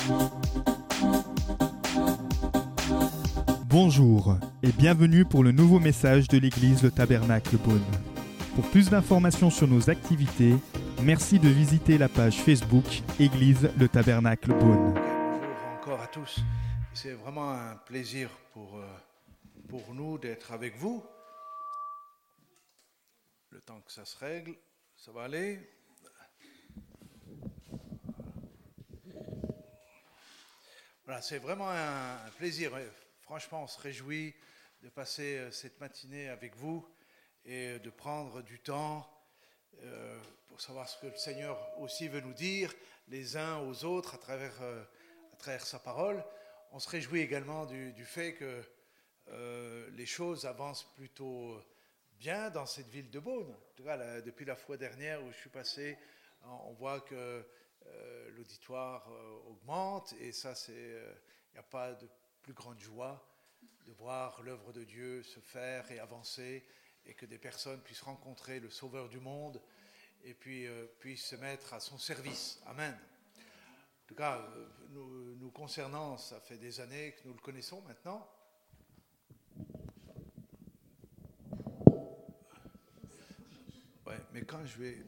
Bonjour et bienvenue pour le nouveau message de l'église Le Tabernacle Beaune. Pour plus d'informations sur nos activités, merci de visiter la page Facebook Église Le Tabernacle Beaune. Bonjour encore à tous. C'est vraiment un plaisir pour nous d'être avec vous. Le temps que ça se règle, ça va aller. Voilà, c'est vraiment un plaisir. Franchement, on se réjouit de passer cette matinée avec vous et de prendre du temps pour savoir ce que le Seigneur aussi veut nous dire les uns aux autres à travers sa parole. On se réjouit également du fait que les choses avancent plutôt bien dans cette ville de Beaune. En tout cas, depuis la fois dernière où je suis passé, on voit que l'auditoire augmente et ça, il n'y a pas de plus grande joie de voir l'œuvre de Dieu se faire et avancer et que des personnes puissent rencontrer le Sauveur du monde et puis puissent se mettre à son service. Amen. En tout cas, nous concernant, ça fait des années que nous le connaissons maintenant. Ouais, mais quand je vais...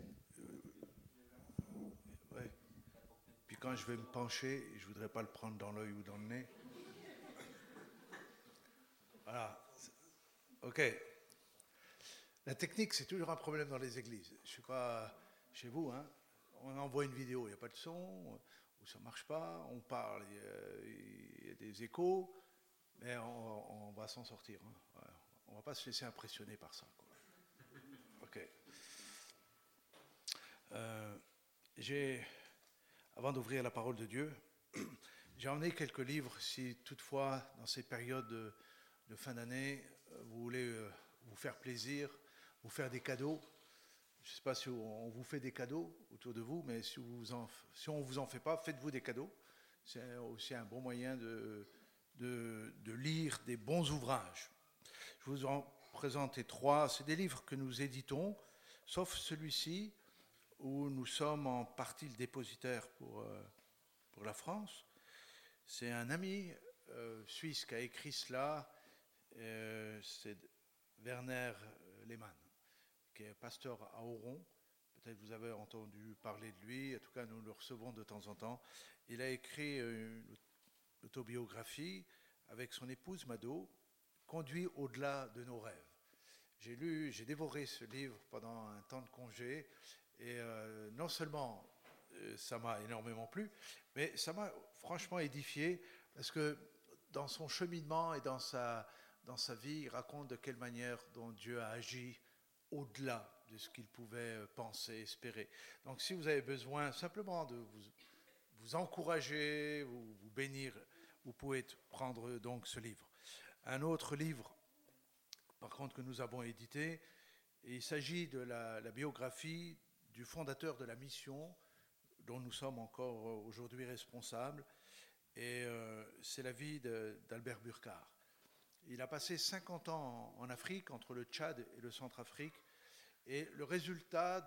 ouais. Puis quand je vais me pencher, je ne voudrais pas le prendre dans l'œil ou dans le nez. Voilà. OK. La technique, c'est toujours un problème dans les églises. Je ne sais pas chez vous, hein. On envoie une vidéo, il n'y a pas de son, ou ça ne marche pas, on parle, il y a des échos, mais on va s'en sortir. Hein. Voilà. On ne va pas se laisser impressionner par ça, quoi. OK. Avant d'ouvrir la parole de Dieu, j'ai emmené quelques livres, si toutefois, dans ces périodes de fin d'année, vous voulez vous faire plaisir, vous faire des cadeaux. Je ne sais pas si on vous fait des cadeaux autour de vous, mais si on ne vous en fait pas, faites-vous des cadeaux. C'est aussi un bon moyen de lire des bons ouvrages. Je vous en présente 3. C'est des livres que nous éditons, sauf celui-ci, où nous sommes en partie le dépositaire pour la France. C'est un ami suisse qui a écrit cela. C'est Werner Lehmann, qui est pasteur à Oron. Peut-être vous avez entendu parler de lui. En tout cas, nous le recevons de temps en temps. Il a écrit une autobiographie avec son épouse Mado, Conduit au-delà de nos rêves. J'ai dévoré ce livre pendant un temps de congé. Et non seulement ça m'a énormément plu, mais ça m'a franchement édifié parce que dans son cheminement et dans sa vie, il raconte de quelle manière dont Dieu a agi au-delà de ce qu'il pouvait penser, espérer. Donc si vous avez besoin simplement de vous encourager, vous bénir, vous pouvez prendre donc ce livre. Un autre livre, par contre, que nous avons édité, il s'agit de la biographie du fondateur de la mission, dont nous sommes encore aujourd'hui responsables, et c'est la vie d'Albert Burckhardt. Il a passé 50 ans en Afrique, entre le Tchad et le Centrafrique, et le résultat,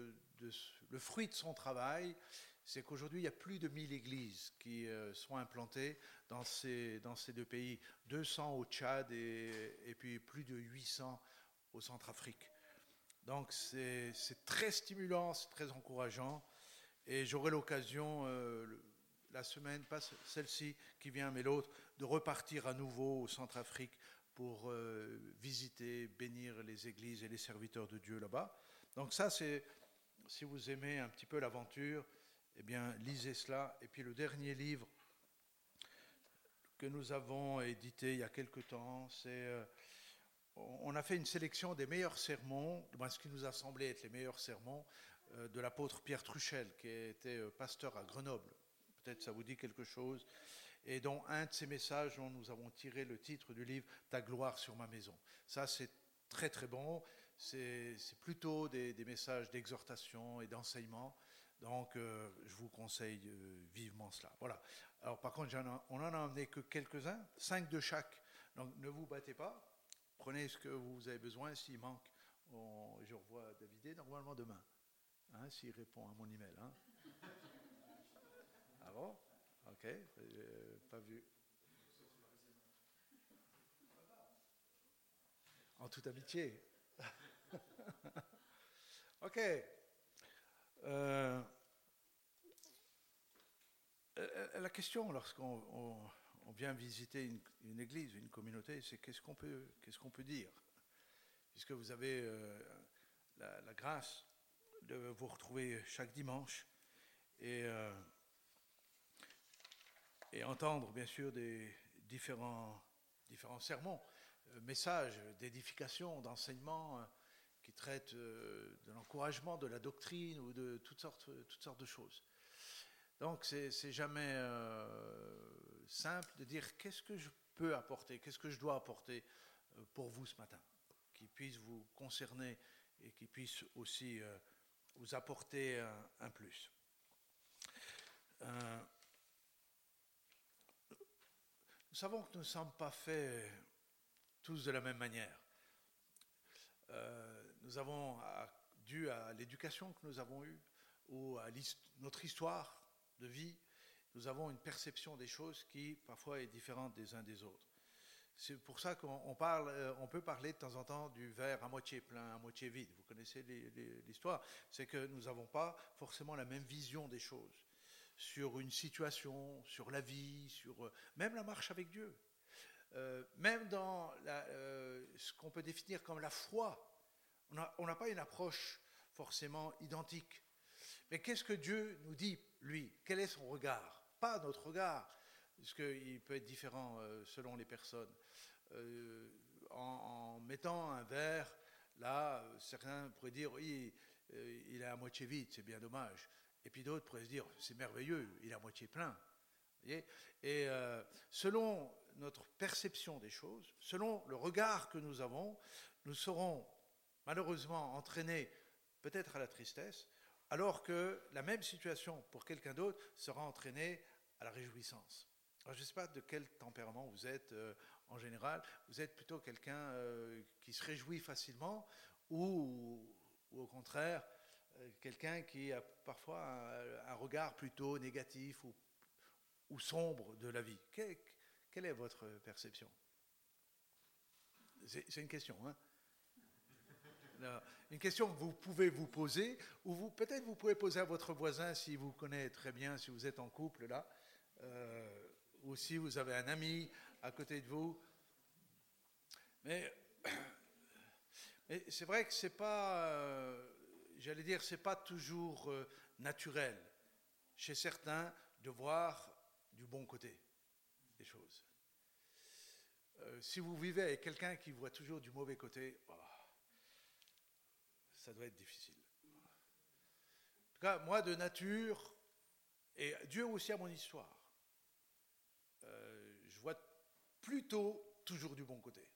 le fruit de son travail, c'est qu'aujourd'hui, il y a plus de 1000 églises qui sont implantées dans ces 2 pays, 200 au Tchad et puis plus de 800 au Centrafrique. Donc c'est très stimulant, c'est très encourageant, et j'aurai l'occasion, la semaine, pas celle-ci qui vient, mais l'autre, de repartir à nouveau au Centrafrique pour visiter, bénir les églises et les serviteurs de Dieu là-bas. Donc ça, c'est, si vous aimez un petit peu l'aventure, eh bien, lisez cela. Et puis le dernier livre que nous avons édité il y a quelque temps, c'est... on a fait une sélection des meilleurs sermons, ce qui nous a semblé être les meilleurs sermons de l'apôtre Pierre Truchel, qui était pasteur à Grenoble. Peut-être ça vous dit quelque chose. Et dont un de ces messages dont nous avons tiré le titre du livre « Ta gloire sur ma maison ». Ça, c'est très très bon. C'est plutôt des messages d'exhortation et d'enseignement. Donc, je vous conseille vivement cela. Voilà. Alors, par contre, on n'en a emmené que quelques-uns, 5 de chaque. Donc, ne vous battez pas. Prenez ce que vous avez besoin. S'il manque, je revois David normalement demain. Hein, s'il répond à mon email. Hein. Ah bon ? Ok. Ok, pas vu. En toute amitié. Ok. La question, lorsqu'on vient visiter une église, une communauté, c'est qu'est-ce qu'on peut dire? Puisque vous avez la grâce de vous retrouver chaque dimanche et entendre bien sûr des différents sermons, messages d'édification, d'enseignement qui traitent de l'encouragement, de la doctrine ou de toutes sortes de choses. Donc c'est jamais simple de dire qu'est-ce que je peux apporter, qu'est-ce que je dois apporter pour vous ce matin, qui puisse vous concerner et qui puisse aussi vous apporter un plus. Nous savons que nous ne sommes pas faits tous de la même manière. Nous avons, dû à l'éducation que nous avons eue ou à notre histoire de vie, nous avons une perception des choses qui parfois est différente des uns des autres. C'est pour ça qu'on peut parler de temps en temps du verre à moitié plein, à moitié vide. Vous connaissez l'histoire. C'est que nous n'avons pas forcément la même vision des choses sur une situation, sur la vie, sur même la marche avec Dieu. Même dans ce qu'on peut définir comme la foi, on n'a pas une approche forcément identique. Mais qu'est-ce que Dieu nous dit, lui? Quel est son regard? Pas notre regard, parce qu'il peut être différent selon les personnes. En mettant un verre, là, certains pourraient dire, oui, il est à moitié vide, c'est bien dommage. Et puis d'autres pourraient se dire, c'est merveilleux, il est à moitié plein. Voyez? Et selon notre perception des choses, selon le regard que nous avons, nous serons malheureusement entraînés peut-être à la tristesse, alors que la même situation pour quelqu'un d'autre sera entraînée à la réjouissance. Alors je ne sais pas de quel tempérament vous êtes en général, vous êtes plutôt quelqu'un qui se réjouit facilement ou au contraire quelqu'un qui a parfois un regard plutôt négatif ou sombre de la vie. Quelle est votre perception? C'est une question, hein? Une question que vous pouvez vous poser, ou peut-être vous pouvez poser à votre voisin si vous connaissez très bien, si vous êtes en couple là, ou si vous avez un ami à côté de vous. Mais c'est vrai que c'est pas, j'allais dire, c'est pas toujours naturel chez certains de voir du bon côté des choses. Si vous vivez avec quelqu'un qui voit toujours du mauvais côté, ça doit être difficile. En tout cas, moi de nature, et Dieu aussi a mon histoire, je vois plutôt toujours du bon côté.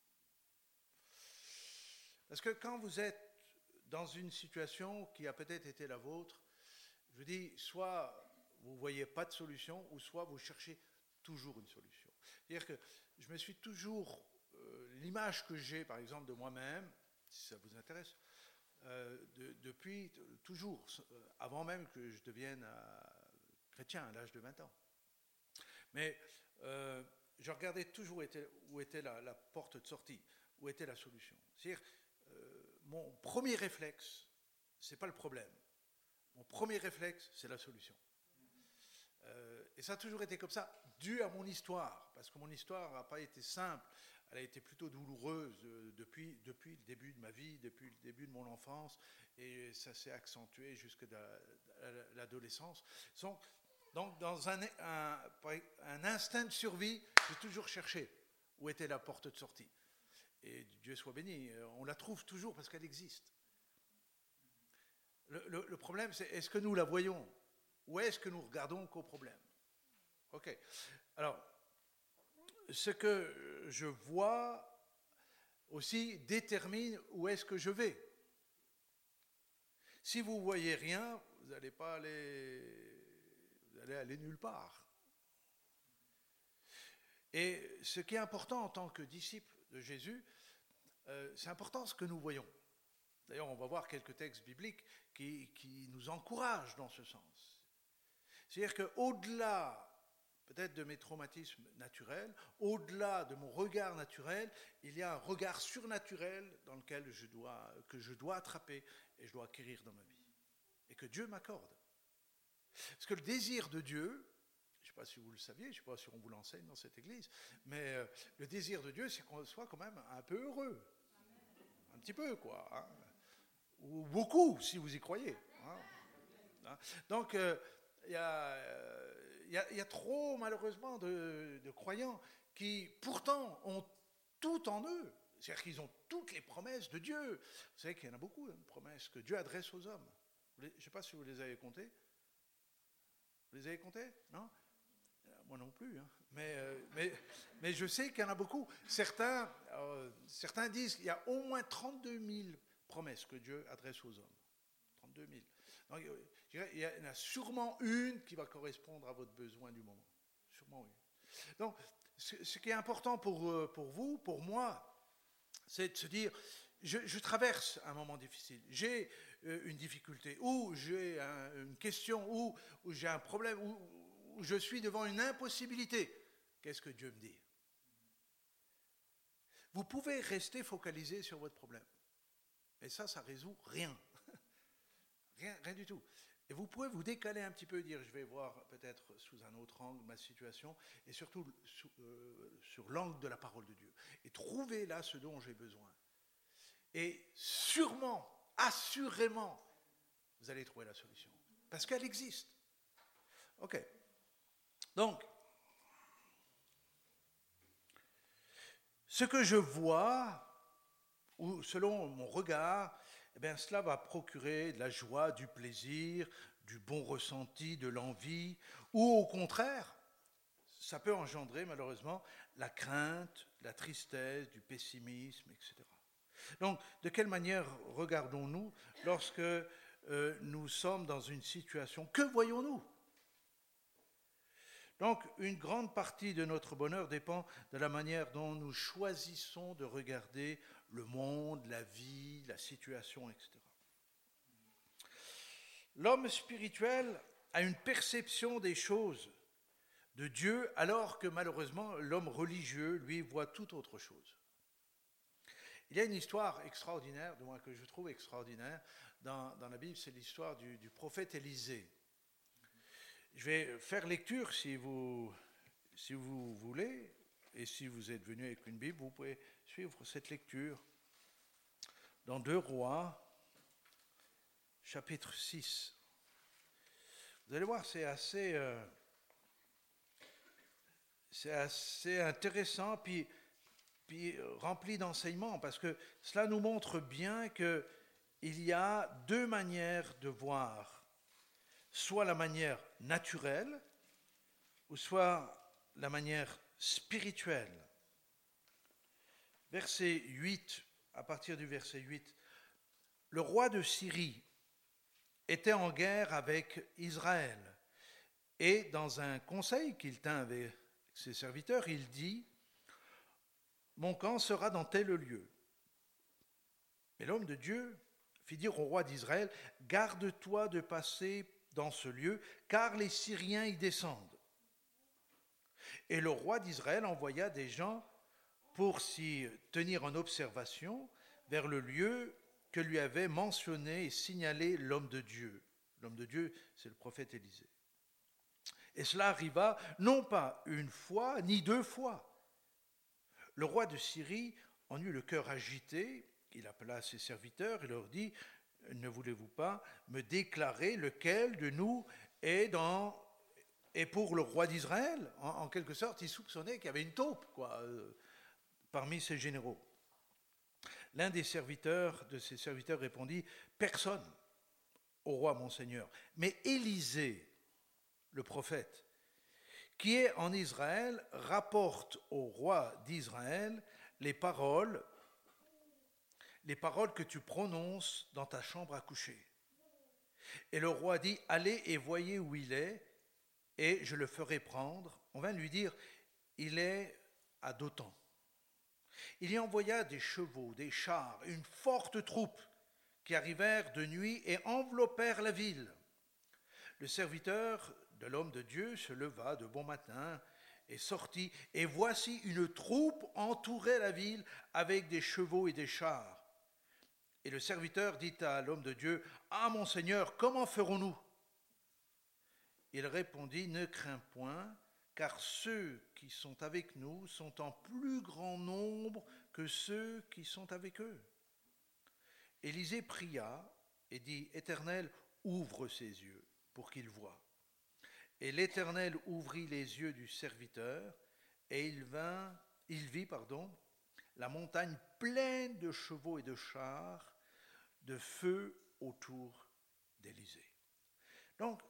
Parce que quand vous êtes dans une situation qui a peut-être été la vôtre, je vous dis, soit vous ne voyez pas de solution, ou soit vous cherchez toujours une solution. C'est-à-dire que je me suis toujours, l'image que j'ai par exemple de moi-même, si ça vous intéresse, depuis toujours, avant même que je devienne chrétien à l'âge de 20 ans. Mais je regardais toujours où était la porte de sortie, où était la solution. C'est-à-dire, mon premier réflexe, ce n'est pas le problème. Mon premier réflexe, c'est la solution. Et ça a toujours été comme ça, dû à mon histoire, parce que mon histoire n'a pas été simple, elle a été plutôt douloureuse depuis le début de ma vie, depuis le début de mon enfance, et ça s'est accentué jusqu'à l'adolescence. Donc dans un instinct de survie, j'ai toujours cherché où était la porte de sortie. Et Dieu soit béni, on la trouve toujours parce qu'elle existe. Le problème, c'est est-ce que nous la voyons ou est-ce que nous regardons qu'au problème? Ok. Alors, ce que je vois aussi détermine où est-ce que je vais. Si vous ne voyez rien, vous n'allez pas aller nulle part. Et ce qui est important en tant que disciple de Jésus, c'est important ce que nous voyons. D'ailleurs, on va voir quelques textes bibliques qui nous encouragent dans ce sens. C'est-à-dire qu'au-delà peut-être de mes traumatismes naturels, au-delà de mon regard naturel, il y a un regard surnaturel dans lequel que je dois attraper et je dois acquérir dans ma vie. Et que Dieu m'accorde. Parce que le désir de Dieu, je ne sais pas si vous le saviez, je ne sais pas si on vous l'enseigne dans cette église, mais le désir de Dieu, c'est qu'on soit quand même un peu heureux. Un petit peu, quoi. Hein. Ou beaucoup, si vous y croyez. Hein. Donc, il y a trop, malheureusement, de croyants qui, pourtant, ont tout en eux. C'est-à-dire qu'ils ont toutes les promesses de Dieu. Vous savez qu'il y en a beaucoup, de promesses que Dieu adresse aux hommes. Je ne sais pas si vous les avez comptées. Vous les avez comptées? Non? Moi non plus. Hein. Mais je sais qu'il y en a beaucoup. Certains disent qu'il y a au moins 32 000 promesses que Dieu adresse aux hommes. 32 000. Donc, je dirais, il y en a sûrement une qui va correspondre à votre besoin du moment. Sûrement une. Donc, ce qui est important pour vous, pour moi, c'est de se dire, je traverse un moment difficile, j'ai une difficulté, ou j'ai une question, ou j'ai un problème, ou je suis devant une impossibilité. Qu'est-ce que Dieu me dit? Vous pouvez rester focalisé sur votre problème. Et ça résout rien. Rien du tout. Et vous pouvez vous décaler un petit peu, dire je vais voir peut-être sous un autre angle ma situation, et surtout sur l'angle de la parole de Dieu. Et trouver là ce dont j'ai besoin. Et sûrement, assurément, vous allez trouver la solution. Parce qu'elle existe. Ok. Donc, ce que je vois, ou selon mon regard, eh bien, cela va procurer de la joie, du plaisir, du bon ressenti, de l'envie, ou au contraire, ça peut engendrer malheureusement la crainte, la tristesse, du pessimisme, etc. Donc, de quelle manière regardons-nous lorsque nous sommes dans une situation? Que voyons-nous? Donc, une grande partie de notre bonheur dépend de la manière dont nous choisissons de regarder le monde, la vie, la situation, etc. L'homme spirituel a une perception des choses de Dieu, alors que malheureusement, l'homme religieux, lui, voit tout autre chose. Il y a une histoire extraordinaire, du moins que je trouve extraordinaire, dans la Bible, c'est l'histoire du prophète Élisée. Je vais faire lecture si vous voulez, et si vous êtes venu avec une Bible, vous pouvez suivre cette lecture. Dans 2 Rois, chapitre 6. Vous allez voir, c'est assez intéressant, puis rempli d'enseignements, parce que cela nous montre bien qu'il y a 2 manières de voir. Soit la manière naturelle, ou soit la manière spirituelle. Verset 8, à partir du verset 8, le roi de Syrie était en guerre avec Israël, et dans un conseil qu'il tint avec ses serviteurs, il dit « Mon camp sera dans tel lieu. » Mais l'homme de Dieu fit dire au roi d'Israël « Garde-toi de passer dans ce lieu, car les Syriens y descendent. » Et le roi d'Israël envoya des gens pour s'y tenir en observation vers le lieu que lui avait mentionné et signalé l'homme de Dieu. L'homme de Dieu, c'est le prophète Élisée. Et cela arriva non pas une fois, ni 2 fois. Le roi de Syrie en eut le cœur agité, il appela ses serviteurs et leur dit « Ne voulez-vous pas me déclarer lequel de nous est pour le roi d'Israël ?» En quelque sorte, il soupçonnait qu'il y avait une taupe parmi ses généraux. L'un de ses serviteurs répondit « Personne, au roi mon Seigneur, mais Élisée, le prophète, qui est en Israël, rapporte au roi d'Israël les paroles que tu prononces dans ta chambre à coucher. » Et le roi dit, « Allez et voyez où il est, et je le ferai prendre. » On vint lui dire, « Il est à Dothan. » Il y envoya des chevaux, des chars, une forte troupe qui arrivèrent de nuit et enveloppèrent la ville. Le serviteur de l'homme de Dieu se leva de bon matin et sortit, et voici une troupe entourait la ville avec des chevaux et des chars. Et le serviteur dit à l'homme de Dieu, « Ah, mon Seigneur, comment ferons-nous » Il répondit, « Ne crains point, car ceux qui sont avec nous sont en plus grand nombre que ceux qui sont avec eux. » Élisée pria et dit, « Éternel, ouvre ses yeux pour qu'il voie. » Et l'Éternel ouvrit les yeux du serviteur, et il vit, la montagne pleine de chevaux et de chars, de feu autour d'Élisée. Donc,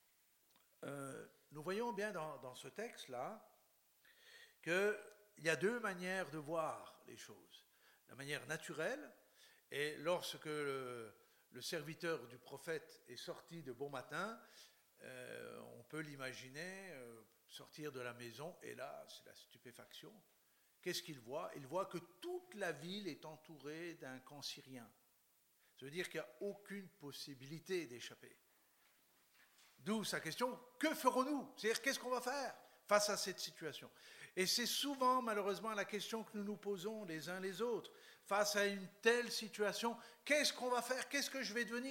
nous voyons bien dans ce texte-là qu'il y a deux manières de voir les choses. La manière naturelle, et lorsque le serviteur du prophète est sorti de bon matin, on peut l'imaginer sortir de la maison, et là, c'est la stupéfaction. Qu'est-ce qu'il voit ? Il voit que toute la ville est entourée d'un camp syrien. Ça veut dire qu'il n'y a aucune possibilité d'échapper. D'où sa question, que ferons-nous ? C'est-à-dire, qu'est-ce qu'on va faire face à cette situation ? Et c'est souvent, malheureusement, la question que nous nous posons les uns les autres. Face à une telle situation, qu'est-ce qu'on va faire ? Qu'est-ce que je vais devenir ?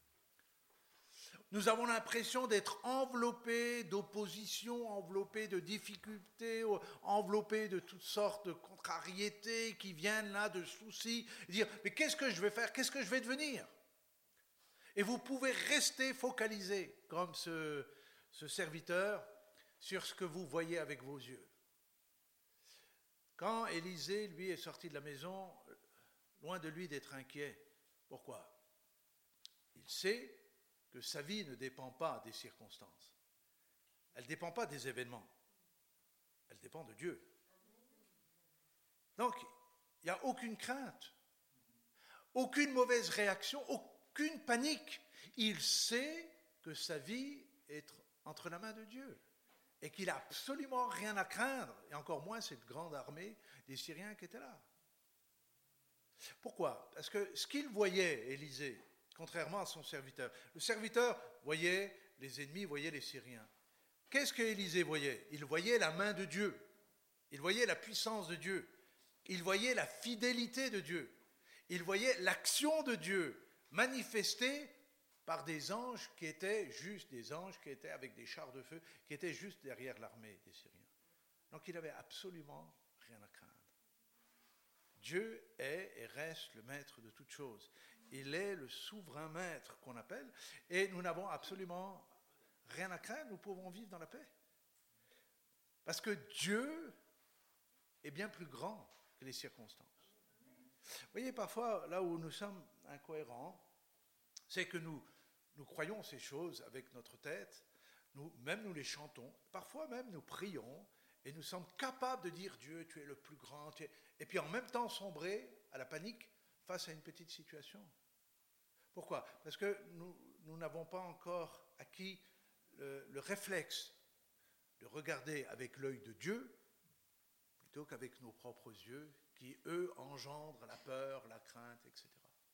Nous avons l'impression d'être enveloppés d'opposition, enveloppés de difficultés, enveloppés de toutes sortes de contrariétés qui viennent là, de soucis, et dire, mais qu'est-ce que je vais faire ? Qu'est-ce que je vais devenir ? Et vous pouvez rester focalisé, comme ce serviteur, sur ce que vous voyez avec vos yeux. Quand Élisée, lui, est sorti de la maison, loin de lui d'être inquiet. Pourquoi ? Il sait que sa vie ne dépend pas des circonstances. Elle ne dépend pas des événements. Elle dépend de Dieu. Donc, il n'y a aucune crainte, aucune mauvaise réaction, aucune panique. Il sait que sa vie est entre la main de Dieu et qu'il n'a absolument rien à craindre, et encore moins cette grande armée des Syriens qui était là. Pourquoi ? Parce que ce qu'il voyait, Élisée, contrairement à son serviteur, le serviteur voyait les ennemis, voyait les Syriens. Qu'est-ce que Élisée voyait ? Il voyait la main de Dieu, il voyait la puissance de Dieu, il voyait la fidélité de Dieu, il voyait l'action de Dieu manifestée par des anges qui étaient juste des anges, qui étaient avec des chars de feu, qui étaient juste derrière l'armée des Syriens. Donc il n'avait absolument rien à craindre. Dieu est et reste le maître de toutes choses. Il est le souverain maître qu'on appelle, et nous n'avons absolument rien à craindre, nous pouvons vivre dans la paix. Parce que Dieu est bien plus grand que les circonstances. Vous voyez, parfois, là où nous sommes incohérents, c'est que nous croyons ces choses avec notre tête, nous les chantons, parfois même nous prions, et nous sommes capables de dire « Dieu, tu es le plus grand », et puis en même temps sombrer à la panique face à une petite situation. Pourquoi ? Parce que nous n'avons pas encore acquis le réflexe de regarder avec l'œil de Dieu plutôt qu'avec nos propres yeux qui, eux, engendrent la peur, la crainte, etc.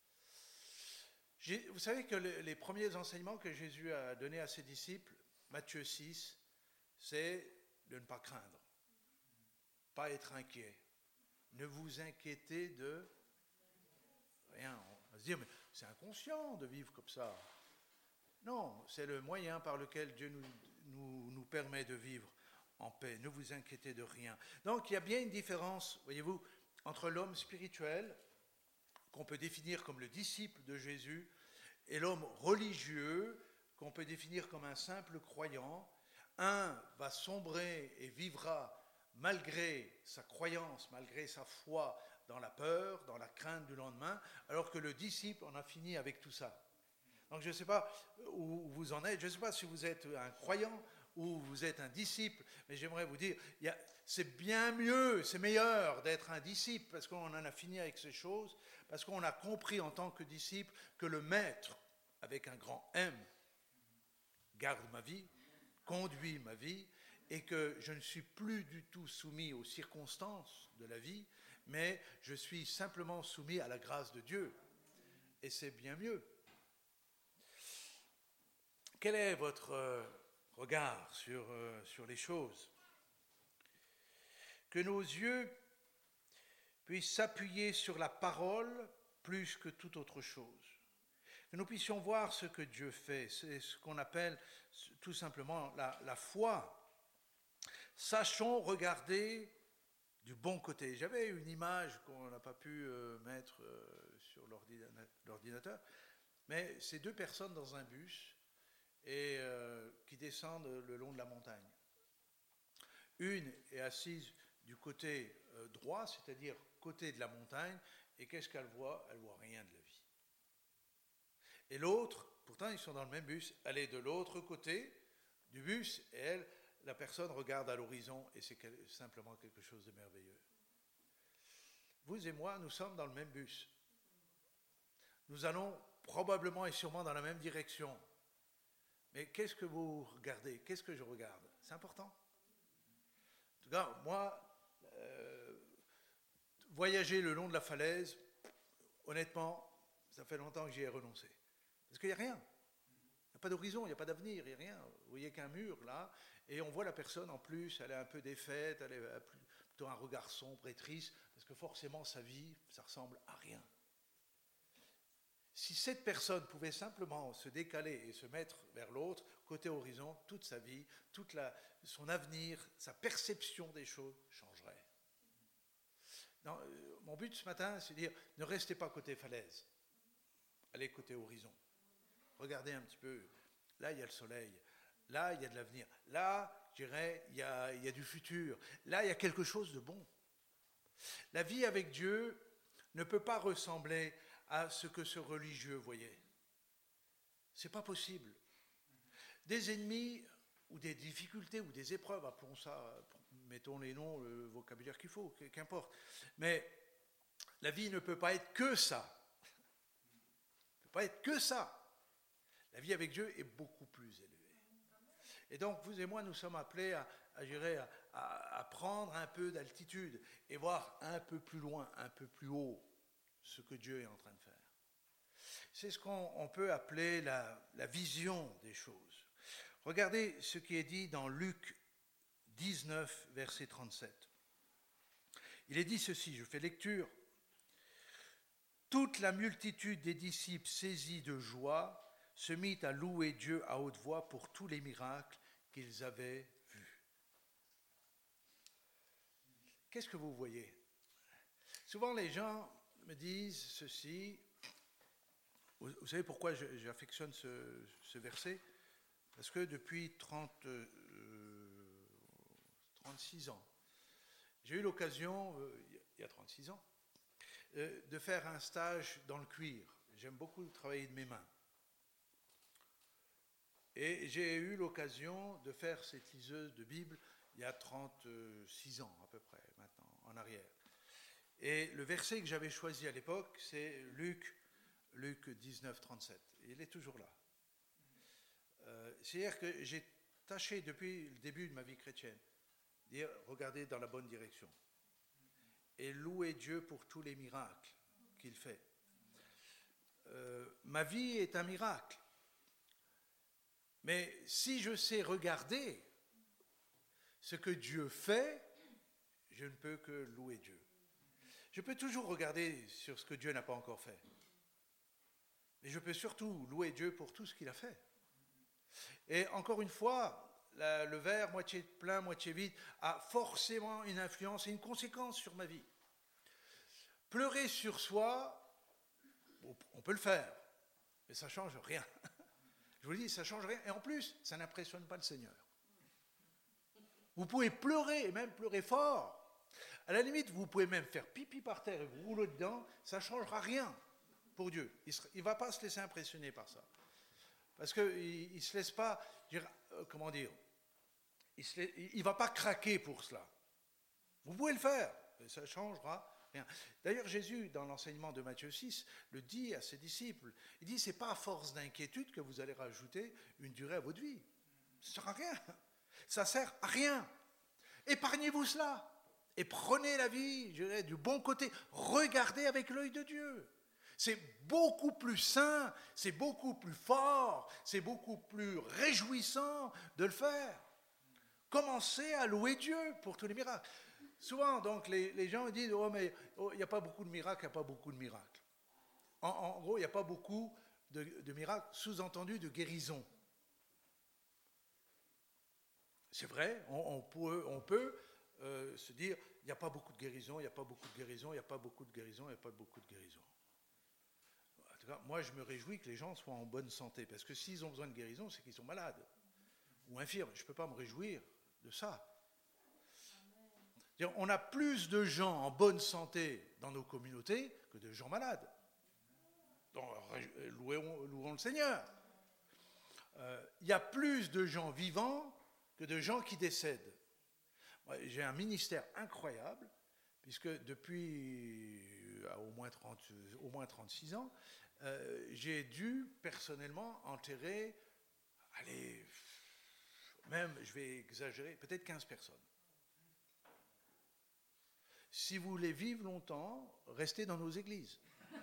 Vous savez que les premiers enseignements que Jésus a donnés à ses disciples, Matthieu 6, c'est de ne pas craindre, pas être inquiet. Ne vous inquiétez de rien. On va se dire, mais c'est inconscient de vivre comme ça. Non, c'est le moyen par lequel Dieu nous permet de vivre en paix. Ne vous inquiétez de rien. Donc, il y a bien une différence, voyez-vous, entre l'homme spirituel, qu'on peut définir comme le disciple de Jésus, et l'homme religieux, qu'on peut définir comme un simple croyant. Un va sombrer et vivra malgré sa croyance, malgré sa foi, dans la peur, dans la crainte du lendemain, alors que le disciple en a fini avec tout ça. Donc je ne sais pas où vous en êtes, je ne sais pas si vous êtes un croyant ou vous êtes un disciple, mais j'aimerais vous dire, c'est bien mieux, c'est meilleur d'être un disciple, parce qu'on en a fini avec ces choses, parce qu'on a compris en tant que disciple que le maître, avec un grand M, garde ma vie, conduit ma vie, et que je ne suis plus du tout soumis aux circonstances de la vie, mais je suis simplement soumis à la grâce de Dieu. Et c'est bien mieux. Quelle est votre regard sur les choses. Que nos yeux puissent s'appuyer sur la parole plus que toute autre chose. Que nous puissions voir ce que Dieu fait. C'est ce qu'on appelle tout simplement la foi. Sachons regarder du bon côté. J'avais une image qu'on n'a pas pu mettre sur l'ordinateur, mais c'est deux personnes dans un bus et qui descendent le long de la montagne. Une est assise du côté droit, c'est-à-dire côté de la montagne, et qu'est-ce qu'elle voit? Elle voit rien de la vie. Et l'autre, pourtant ils sont dans le même bus, elle est de l'autre côté du bus, et elle, la personne regarde à l'horizon, et c'est simplement quelque chose de merveilleux. Vous et moi, nous sommes dans le même bus. Nous allons probablement et sûrement dans la même direction. Mais qu'est-ce que vous regardez? Qu'est-ce que je regarde? C'est important. En tout cas, moi, voyager le long de la falaise, honnêtement, ça fait longtemps que j'y ai renoncé. Parce qu'il n'y a rien. Il n'y a pas d'horizon, il n'y a pas d'avenir, il n'y a rien. Vous voyez qu'un mur, là, et on voit la personne en plus, elle est un peu défaite, elle a plutôt un regard sombre et triste, parce que forcément, sa vie, ça ressemble à rien. Si cette personne pouvait simplement se décaler et se mettre vers l'autre, côté horizon, toute sa vie, son avenir, sa perception des choses changerait. Non, mon but ce matin, c'est de dire, ne restez pas côté falaise, allez côté horizon. Regardez un petit peu, là il y a le soleil, là il y a de l'avenir, là je dirais il y a du futur, là il y a quelque chose de bon. La vie avec Dieu ne peut pas ressembler à ce que ce religieux voyait. C'est pas possible. Des ennemis ou des difficultés ou des épreuves, appelons ça, mettons les noms, le vocabulaire qu'il faut, qu'importe. Mais la vie ne peut pas être que ça. Ne peut pas être que ça. La vie avec Dieu est beaucoup plus élevée. Et donc, vous et moi, nous sommes appelés à prendre un peu d'altitude et voir un peu plus loin, un peu plus haut, ce que Dieu est en train de faire. C'est ce qu'on peut appeler la vision des choses. Regardez ce qui est dit dans Luc 19, verset 37. Il est dit ceci, je fais lecture. Toute la multitude des disciples saisis de joie se mit à louer Dieu à haute voix pour tous les miracles qu'ils avaient vus. Qu'est-ce que vous voyez? Souvent les gens me disent ceci. Vous savez pourquoi j'affectionne ce verset? Parce que depuis 36 ans, j'ai eu l'occasion, il y a 36 ans, de faire un stage dans le cuir. J'aime beaucoup travailler de mes mains. Et j'ai eu l'occasion de faire cette liseuse de Bible il y a 36 ans à peu près, maintenant, en arrière. Et le verset que j'avais choisi à l'époque, c'est Luc 19, 37. Et il est toujours là. C'est-à-dire que j'ai tâché depuis le début de ma vie chrétienne, dire, regardez dans la bonne direction. Et louer Dieu pour tous les miracles qu'il fait. Ma vie est un miracle. Mais si je sais regarder ce que Dieu fait, je ne peux que louer Dieu. Je peux toujours regarder sur ce que Dieu n'a pas encore fait. Mais je peux surtout louer Dieu pour tout ce qu'il a fait. Et encore une fois, le verre moitié plein, moitié vide a forcément une influence et une conséquence sur ma vie. Pleurer sur soi, on peut le faire, mais ça ne change rien. Je vous le dis, ça ne change rien. Et en plus, ça n'impressionne pas le Seigneur. Vous pouvez pleurer, et même pleurer fort. À la limite, vous pouvez même faire pipi par terre et vous rouler dedans, ça ne changera rien pour Dieu. Il ne va pas se laisser impressionner par ça. Parce qu'il ne se laisse pas, il ne va pas craquer pour cela. Vous pouvez le faire, mais ça ne changera rien. D'ailleurs, Jésus, dans l'enseignement de Matthieu 6, le dit à ses disciples. Il dit, ce n'est pas à force d'inquiétude que vous allez rajouter une durée à votre vie. Ça ne sert à rien. Ça ne sert à rien. Épargnez-vous cela. Et prenez la vie, je dirais, du bon côté. Regardez avec l'œil de Dieu. C'est beaucoup plus sain, c'est beaucoup plus fort, c'est beaucoup plus réjouissant de le faire. Commencez à louer Dieu pour tous les miracles. Souvent, donc, les gens disent « Oh, mais il n'y a pas beaucoup de miracles, il n'y a pas beaucoup de miracles. » En gros, il n'y a pas beaucoup de miracles, sous-entendu de guérison. C'est vrai, on peut se dire « Il n'y a pas beaucoup de guérison, il n'y a pas beaucoup de guérison, il n'y a pas beaucoup de guérison, il n'y a pas beaucoup de guérison. » En tout cas, moi, je me réjouis que les gens soient en bonne santé, parce que s'ils ont besoin de guérison, c'est qu'ils sont malades ou infirmes. Je ne peux pas me réjouir de ça. On a plus de gens en bonne santé dans nos communautés que de gens malades. Donc, louons le Seigneur. Il y a plus de gens vivants que de gens qui décèdent. J'ai un ministère incroyable, puisque depuis au moins 36 ans, j'ai dû personnellement enterrer, allez, même, je vais exagérer, peut-être 15 personnes. Si vous voulez vivre longtemps, restez dans nos églises.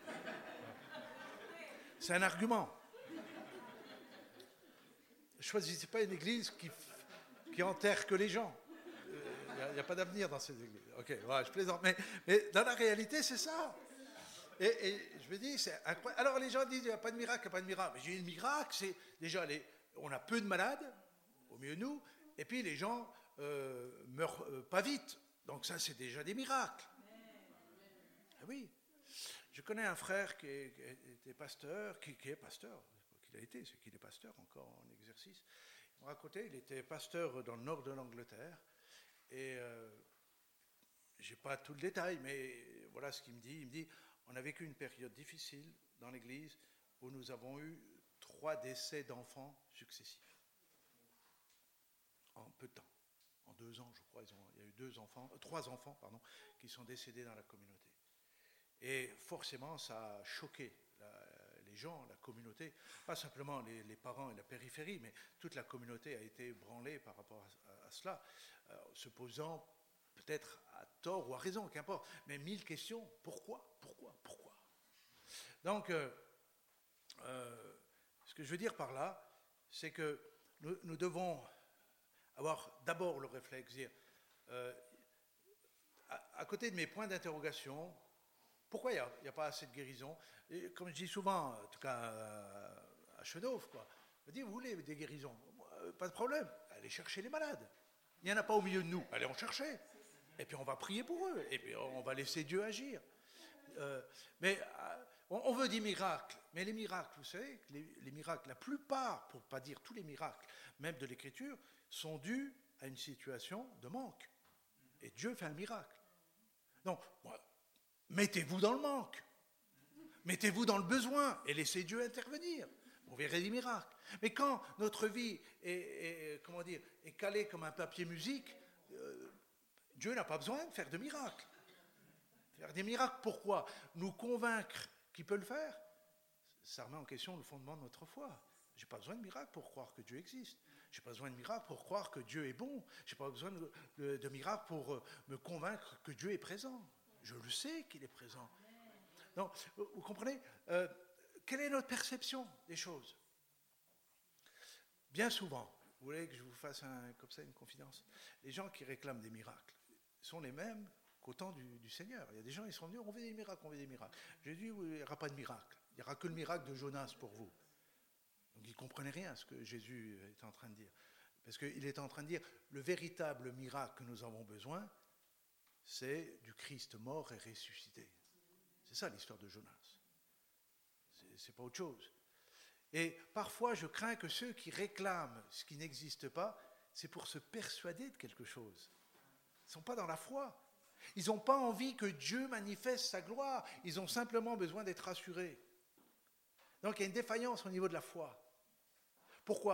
C'est un argument. Choisissez pas une église qui enterre que les gens. Il n'y a pas d'avenir dans ces églises. Ok, voilà, je plaisante. Mais dans la réalité, c'est ça. Et je me dis, c'est incroyable. Alors les gens disent, il n'y a pas de miracle, il n'y a pas de miracle. Mais j'ai le miracle, c'est déjà, on a peu de malades, au mieux de nous, et puis les gens meurent pas vite. Donc ça, c'est déjà des miracles. Ah oui. Je connais un frère qui était pasteur, qui est pasteur, qu'il a été, c'est qu'il est pasteur encore en exercice. Il me racontait, il était pasteur dans le nord de l'Angleterre, et je n'ai pas tout le détail, mais voilà ce qu'il me dit. Il me dit, on a vécu une période difficile dans l'église où nous avons eu 3 décès d'enfants successifs. En peu de temps. En 2 ans, je crois, il y a eu 3 enfants qui sont décédés dans la communauté. Et forcément, ça a choqué les gens, la communauté, pas simplement les parents et la périphérie, mais toute la communauté a été ébranlée par rapport à cela, se posant peut-être à tort ou à raison, qu'importe, mais 1000 questions. Pourquoi ? Donc, ce que je veux dire par là, c'est que nous devons avoir d'abord le réflexe, dire, à côté de mes points d'interrogation, pourquoi il n'y a pas assez de guérison ? Et comme je dis souvent, en tout cas à Chenauve, je dis, vous voulez des guérisons ? Pas de problème, allez chercher les malades. Il n'y en a pas au milieu de nous, allez en chercher. Et puis on va prier pour eux, et puis on va laisser Dieu agir. Mais on veut des miracles, mais les miracles, vous savez, les miracles, la plupart, pour ne pas dire tous les miracles, même de l'Écriture, sont dus à une situation de manque. Et Dieu fait un miracle. Donc, mettez-vous dans le manque. Mettez-vous dans le besoin et laissez Dieu intervenir. Vous verrez des miracles. Mais quand notre vie est calée comme un papier musique, Dieu n'a pas besoin de faire de miracles. Faire des miracles, pourquoi ? Nous convaincre qu'il peut le faire, ça remet en question le fondement de notre foi. Je n'ai pas besoin de miracle pour croire que Dieu existe. Je n'ai pas besoin de miracle pour croire que Dieu est bon. Je n'ai pas besoin de miracle pour me convaincre que Dieu est présent. Je le sais qu'il est présent. Donc, vous comprenez, quelle est notre perception des choses ? Bien souvent, vous voulez que je vous fasse comme ça une confidence ? Les gens qui réclament des miracles sont les mêmes qu'au temps du Seigneur. Il y a des gens qui sont venus, on veut des miracles, on veut des miracles. J'ai dit, il n'y aura pas de miracle. Il n'y aura que le miracle de Jonas pour vous. Donc ils ne comprenaient rien à ce que Jésus est en train de dire. Parce qu'il est en train de dire, le véritable miracle que nous avons besoin, c'est du Christ mort et ressuscité. C'est ça l'histoire de Jonas. C'est pas autre chose. Et parfois, je crains que ceux qui réclament ce qui n'existe pas, c'est pour se persuader de quelque chose. Ils ne sont pas dans la foi. Ils n'ont pas envie que Dieu manifeste sa gloire. Ils ont simplement besoin d'être rassurés. Donc il y a une défaillance au niveau de la foi. Pourquoi ?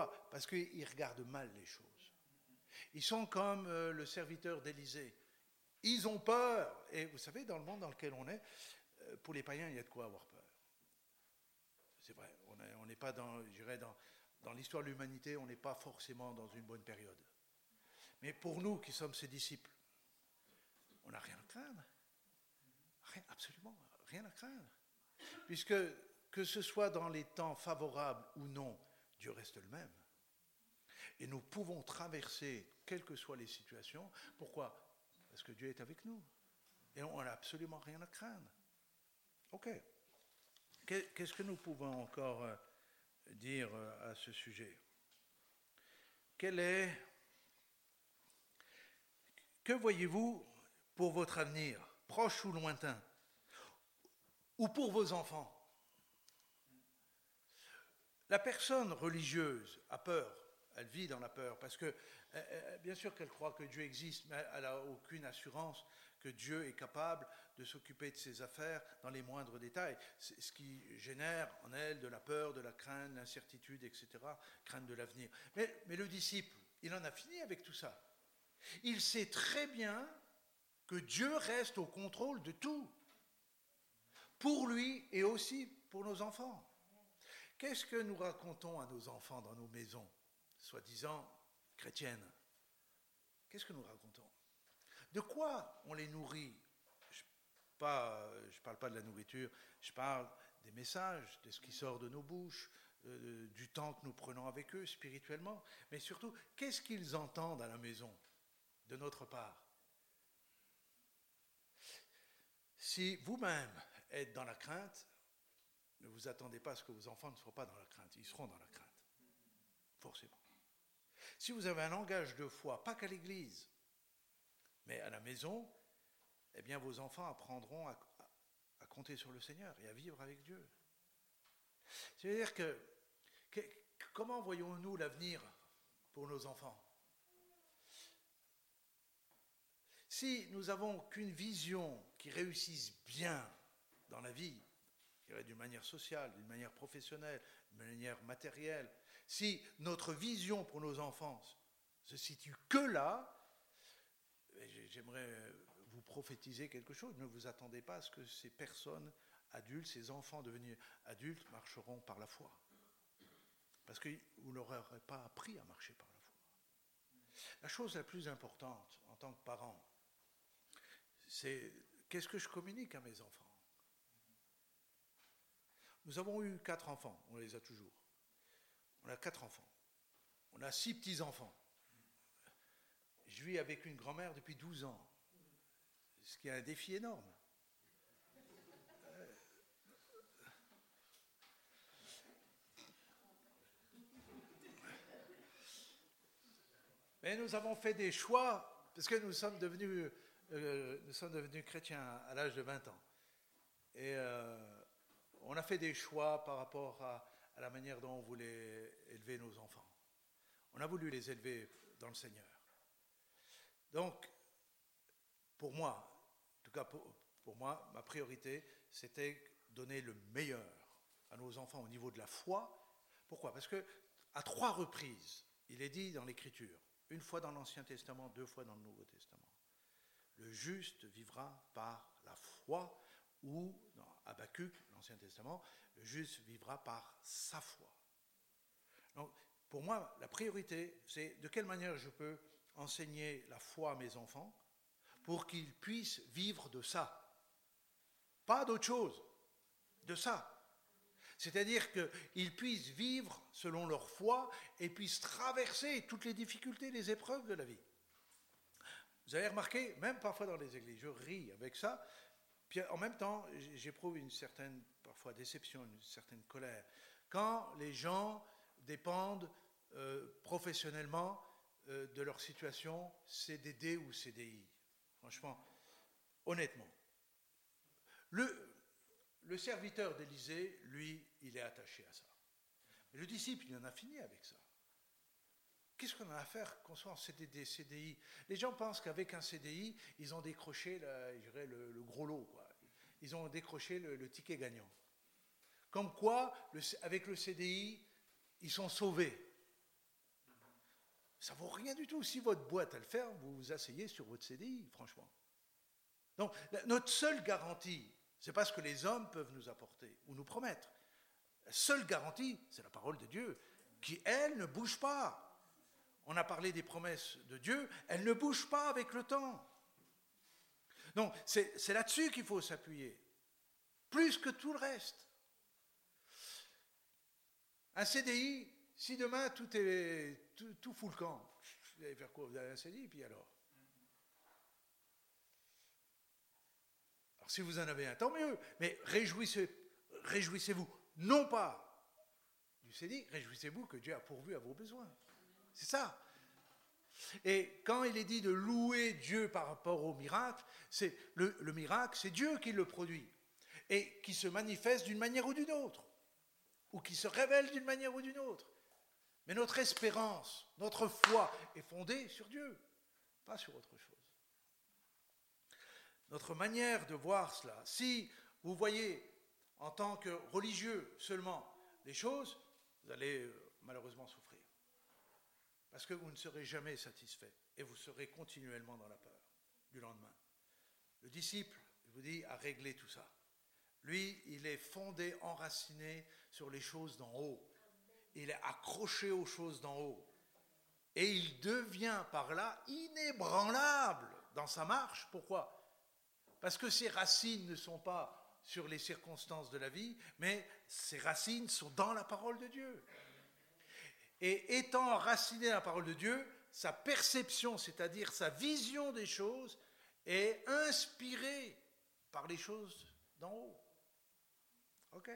Parce qu'ils regardent mal les choses. Ils sont comme le serviteur d'Élisée. Ils ont peur. Et vous savez, dans le monde dans lequel on est, pour les païens, il y a de quoi avoir peur. C'est vrai, on n'est pas dans l'histoire de l'humanité, on n'est pas forcément dans une bonne période. Mais pour nous qui sommes ses disciples, on n'a rien à craindre. Absolument rien à craindre. Puisque, que ce soit dans les temps favorables ou non, Dieu reste le même. Et nous pouvons traverser, quelles que soient les situations. Pourquoi ? Parce que Dieu est avec nous. Et on n'a absolument rien à craindre. Ok. Qu'est-ce que nous pouvons encore dire à ce sujet ? Que voyez-vous pour votre avenir, proche ou lointain, ou pour vos enfants ? La personne religieuse a peur, elle vit dans la peur, parce que bien sûr qu'elle croit que Dieu existe, mais elle n'a aucune assurance que Dieu est capable de s'occuper de ses affaires dans les moindres détails. C'est ce qui génère en elle de la peur, de la crainte, de l'incertitude, etc., crainte de l'avenir. Mais le disciple, il en a fini avec tout ça. Il sait très bien que Dieu reste au contrôle de tout, pour lui et aussi pour nos enfants. Qu'est-ce que nous racontons à nos enfants dans nos maisons, soi-disant chrétiennes ? Qu'est-ce que nous racontons ? De quoi on les nourrit ? Je ne parle pas de la nourriture, je parle des messages, de ce qui sort de nos bouches, du temps que nous prenons avec eux spirituellement, mais surtout, qu'est-ce qu'ils entendent à la maison de notre part ? Si vous-même êtes dans la crainte, ne vous attendez pas à ce que vos enfants ne soient pas dans la crainte, ils seront dans la crainte, forcément. Si vous avez un langage de foi, pas qu'à l'église, mais à la maison, eh bien vos enfants apprendront à compter sur le Seigneur et à vivre avec Dieu. C'est-à-dire comment voyons-nous l'avenir pour nos enfants ? Si nous n'avons qu'une vision qui réussisse bien dans la vie, d'une manière sociale, d'une manière professionnelle, d'une manière matérielle, si notre vision pour nos enfants se situe que là, j'aimerais vous prophétiser quelque chose. Ne vous attendez pas à ce que ces personnes adultes, ces enfants devenus adultes, marcheront par la foi. Parce que vous ne leur aurez pas appris à marcher par la foi. La chose la plus importante en tant que parent, c'est qu'est-ce que je communique à mes enfants ? Nous avons eu 4 enfants, on les a toujours. On a 4 enfants. On a 6 petits-enfants. Je vis avec une grand-mère depuis 12 ans, ce qui est un défi énorme. Mais nous avons fait des choix, parce que nous sommes devenus chrétiens à l'âge de 20 ans. Et on a fait des choix par rapport à la manière dont on voulait élever nos enfants. On a voulu les élever dans le Seigneur. Donc, pour moi, en tout cas pour moi, ma priorité, c'était donner le meilleur à nos enfants au niveau de la foi. Pourquoi ? Parce qu'à 3 reprises, il est dit dans l'Écriture, une fois dans l'Ancien Testament, 2 fois dans le Nouveau Testament, le juste vivra par la foi, ou dans Habacuc, l'Ancien Testament, le juste vivra par sa foi. Donc, pour moi, la priorité, c'est de quelle manière je peux enseigner la foi à mes enfants pour qu'ils puissent vivre de ça. Pas d'autre chose, de ça. C'est-à-dire qu'ils puissent vivre selon leur foi et puissent traverser toutes les difficultés, les épreuves de la vie. Vous avez remarqué, même parfois dans les églises, je ris avec ça, puis en même temps, j'éprouve une certaine, parfois, déception, une certaine colère. Quand les gens dépendent professionnellement de leur situation CDD ou CDI. Franchement, honnêtement. Le serviteur d'Élysée, lui, il est attaché à ça. Mais le disciple, il en a fini avec ça. Qu'est-ce qu'on a à faire qu'on soit en CDD, CDI ? Les gens pensent qu'avec un CDI, ils ont décroché le gros lot, quoi. Ils ont décroché le ticket gagnant. Comme quoi, avec le CDI, ils sont sauvés. Ça ne vaut rien du tout. Si votre boîte, elle ferme, vous vous asseyez sur votre CDI, franchement. Donc, notre seule garantie, ce n'est pas ce que les hommes peuvent nous apporter ou nous promettre. La seule garantie, c'est la parole de Dieu, qui, elle, ne bouge pas. On a parlé des promesses de Dieu, elles ne bougent pas avec le temps. Donc, c'est là-dessus qu'il faut s'appuyer. plus que tout le reste. Un CDI, si demain tout fout le camp, vous allez faire quoi? Vous avez un CDI, puis alors? Alors si vous en avez un, tant mieux, mais réjouissez-vous, non pas du CDI, réjouissez-vous que Dieu a pourvu à vos besoins. C'est ça. Et quand il est dit de louer Dieu par rapport au miracle, c'est le miracle, c'est Dieu qui le produit et qui se manifeste d'une manière ou d'une autre, ou qui se révèle d'une manière ou d'une autre. Mais notre espérance, notre foi est fondée sur Dieu, pas sur autre chose. Notre manière de voir cela, si vous voyez en tant que religieux seulement les choses, vous allez malheureusement souffrir. Parce que vous ne serez jamais satisfait et vous serez continuellement dans la peur du lendemain. Le disciple, je vous dis, a réglé tout ça. Lui, il est fondé, enraciné sur les choses d'en haut. Il est accroché aux choses d'en haut. Et il devient par là inébranlable dans sa marche. Pourquoi? Parce que ses racines ne sont pas sur les circonstances de la vie, mais ses racines sont dans la parole de Dieu. Et étant enraciné dans la parole de Dieu, sa perception, c'est-à-dire sa vision des choses, est inspirée par les choses d'en haut. Ok.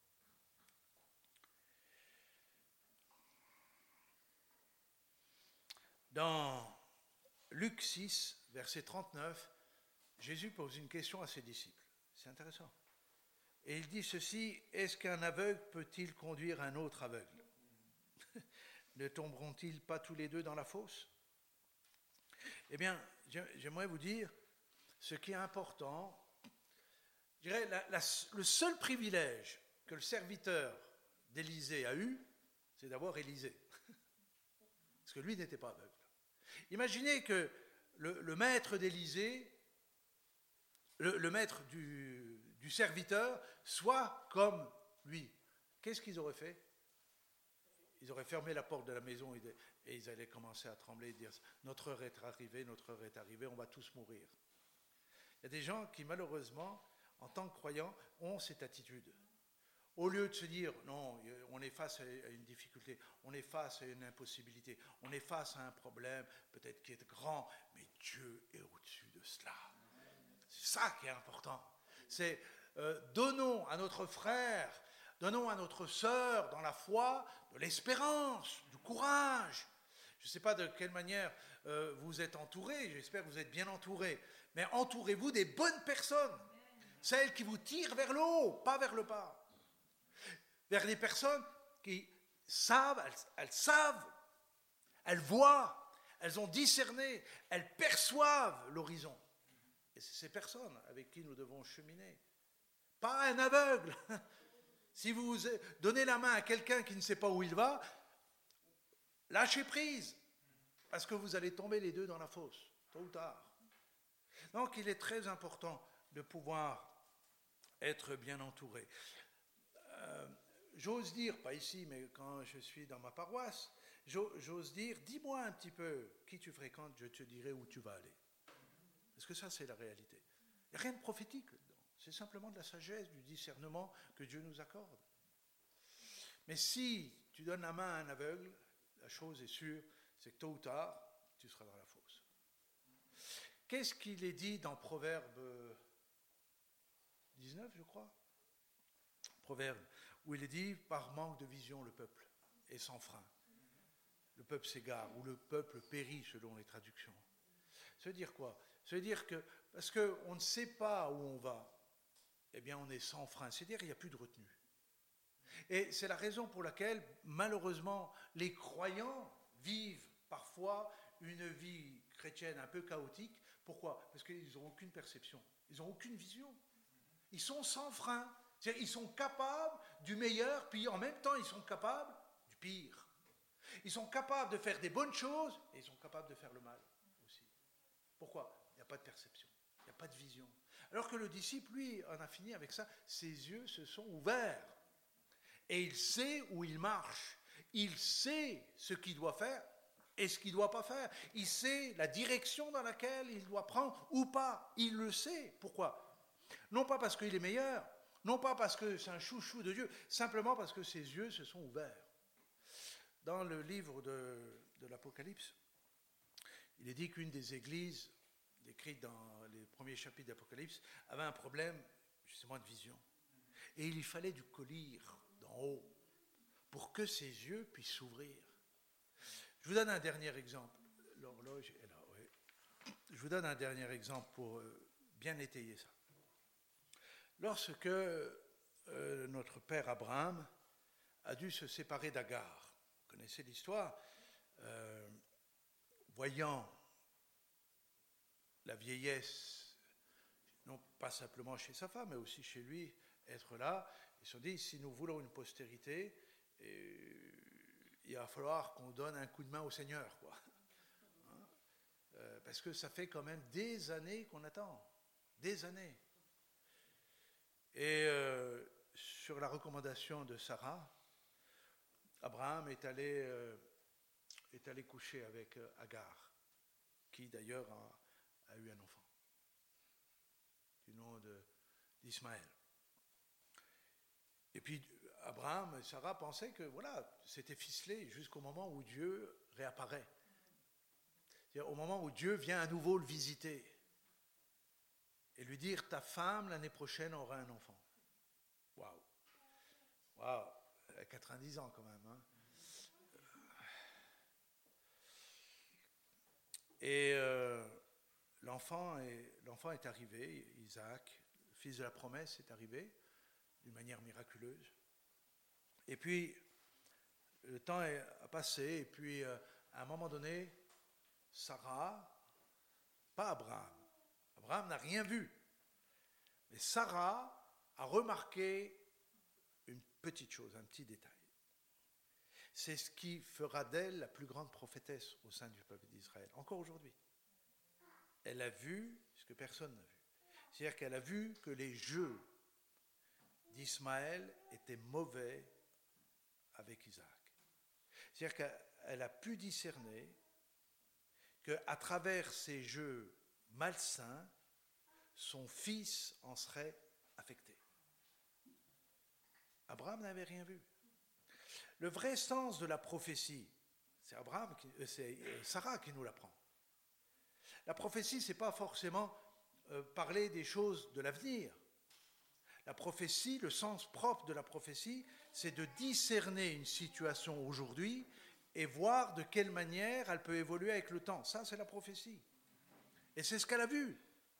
Dans Luc 6, verset 39, Jésus pose une question à ses disciples. C'est intéressant. Et il dit ceci, est-ce qu'un aveugle peut-il conduire un autre aveugle? Ne tomberont-ils pas tous les deux dans la fosse? Eh bien, j'aimerais vous dire, ce qui est important, je dirais, le seul privilège que le serviteur d'Élisée a eu, c'est d'avoir Élisée. Parce que lui n'était pas aveugle. Imaginez que le maître d'Élisée, le maître du serviteur, soit comme lui. Qu'est-ce qu'ils auraient fait? Ils auraient fermé la porte de la maison et ils allaient commencer à trembler et dire « Notre heure est arrivée, on va tous mourir. » Il y a des gens qui, malheureusement, en tant que croyants, ont cette attitude. Au lieu de se dire « Non, on est face à une difficulté, on est face à une impossibilité, on est face à un problème, peut-être qui est grand, mais Dieu est au-dessus de cela. » C'est ça qui est important. C'est donnons à notre frère, donnons à notre sœur dans la foi de l'espérance, du courage. Je ne sais pas de quelle manière vous êtes entourés, j'espère que vous êtes bien entourés, mais entourez-vous des bonnes personnes, celles qui vous tirent vers le haut, pas vers le bas. Vers des personnes qui savent, elles voient, elles ont discerné, elles perçoivent l'horizon. Et c'est ces personnes avec qui nous devons cheminer. Pas un aveugle. Si vous donnez la main à quelqu'un qui ne sait pas où il va, lâchez prise, parce que vous allez tomber les deux dans la fosse, tôt ou tard. Donc il est très important de pouvoir être bien entouré. J'ose dire, pas ici, mais quand je suis dans ma paroisse, j'ose dire, dis-moi un petit peu qui tu fréquentes, je te dirai où tu vas aller. Parce que ça, c'est la réalité. Il n'y a rien de prophétique là-dedans. C'est simplement de la sagesse, du discernement que Dieu nous accorde. Mais si tu donnes la main à un aveugle, la chose est sûre, c'est que tôt ou tard, tu seras dans la fosse. Qu'est-ce qu'il est dit dans Proverbe 19, je crois? Proverbe, où il est dit, par manque de vision, le peuple est sans frein. Le peuple s'égare, ou le peuple périt, selon les traductions. Ça veut dire quoi? Ça veut dire que, parce qu'on ne sait pas où on va, eh bien on est sans frein, c'est-à-dire qu'il n'y a plus de retenue. Et c'est la raison pour laquelle, malheureusement, les croyants vivent parfois une vie chrétienne un peu chaotique. Pourquoi? Parce qu'ils n'ont aucune perception, ils n'ont aucune vision. Ils sont sans frein, c'est-à-dire ils sont capables du meilleur, puis en même temps ils sont capables du pire. Ils sont capables de faire des bonnes choses et ils sont capables de faire le mal aussi. Pourquoi? Il n'y a pas de perception, il n'y a pas de vision. Alors que le disciple, lui, en a fini avec ça, ses yeux se sont ouverts. Et il sait où il marche. Il sait ce qu'il doit faire et ce qu'il ne doit pas faire. Il sait la direction dans laquelle il doit prendre ou pas. Il le sait. Pourquoi? Non pas parce qu'il est meilleur, Non pas parce que c'est un chouchou de Dieu, simplement parce que ses yeux se sont ouverts. Dans le livre de l'Apocalypse, il est dit qu'une des églises, décrites dans les premiers chapitres d'Apocalypse, avait un problème justement de vision. Et il lui fallait du collyre d'en haut pour que ses yeux puissent s'ouvrir. Je vous donne un dernier exemple. L'horloge est là, oui. Je vous donne un dernier exemple pour bien étayer ça. Lorsque notre père Abraham a dû se séparer d'Agar, vous connaissez l'histoire, voyant la vieillesse, non pas simplement chez sa femme, mais aussi chez lui, être là, ils se sont dit, si nous voulons une postérité, il va falloir qu'on donne un coup de main au Seigneur, quoi. Hein, parce que ça fait quand même des années qu'on attend, des années. Et sur la recommandation de Sarah, Abraham est allé coucher avec Agar, qui d'ailleurs a eu un enfant, du nom d'Ismaël. Et puis Abraham et Sarah pensaient que voilà, c'était ficelé jusqu'au moment où Dieu réapparaît. C'est-à-dire au moment où Dieu vient à nouveau le visiter et lui dire, ta femme l'année prochaine aura un enfant. Waouh, waouh, elle a 90 ans quand même. Hein. Et l'enfant est arrivé, Isaac, le fils de la promesse, est arrivé d'une manière miraculeuse. Et puis, le temps a passé, et puis à un moment donné, Sarah, pas Abraham, Abraham n'a rien vu, mais Sarah a remarqué une petite chose, un petit détail. C'est ce qui fera d'elle la plus grande prophétesse au sein du peuple d'Israël, encore aujourd'hui. Elle a vu ce que personne n'a vu. C'est-à-dire qu'elle a vu que les jeux d'Ismaël étaient mauvais avec Isaac. C'est-à-dire qu'elle a pu discerner qu'à travers ces jeux malsains, son fils en serait affecté. Abraham n'avait rien vu. Le vrai sens de la prophétie, c'est Sarah qui nous l'apprend. La prophétie, ce n'est pas forcément parler des choses de l'avenir. La prophétie, le sens propre de la prophétie, c'est de discerner une situation aujourd'hui et voir de quelle manière elle peut évoluer avec le temps. Ça, c'est la prophétie. Et c'est ce qu'elle a vu.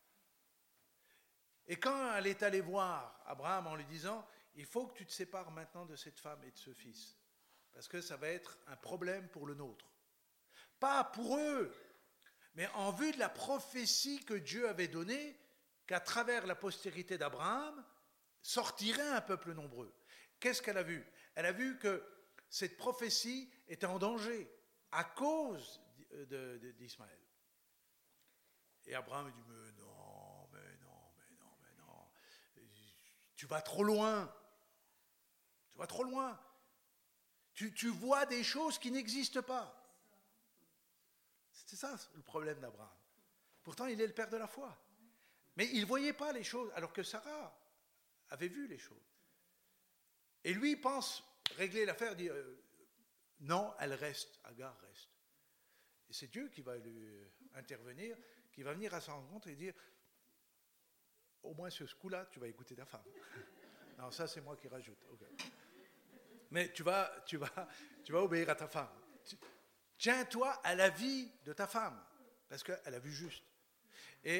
Et quand elle est allée voir Abraham en lui disant, il faut que tu te sépares maintenant de cette femme et de ce fils, parce que ça va être un problème pour le nôtre. Pas pour eux, mais en vue de la prophétie que Dieu avait donnée, qu'à travers la postérité d'Abraham, sortirait un peuple nombreux. Qu'est-ce qu'elle a vu? Elle a vu que cette prophétie était en danger à cause d'Ismaël. Et Abraham dit, mais non, tu vas trop loin. Tu vas trop loin. Tu vois des choses qui n'existent pas. C'est ça le problème d'Abraham. Pourtant, il est le père de la foi. Mais il ne voyait pas les choses, alors que Sarah avait vu les choses. Et lui pense régler l'affaire, dit non, elle reste, Agar reste. Et c'est Dieu qui va lui intervenir, qui va venir à sa rencontre et dire, au moins sur ce coup-là, tu vas écouter ta femme. Non, ça c'est moi qui rajoute. Okay. Mais tu vas obéir à ta femme. Tiens-toi à la vie de ta femme, parce qu'elle a vu juste. Et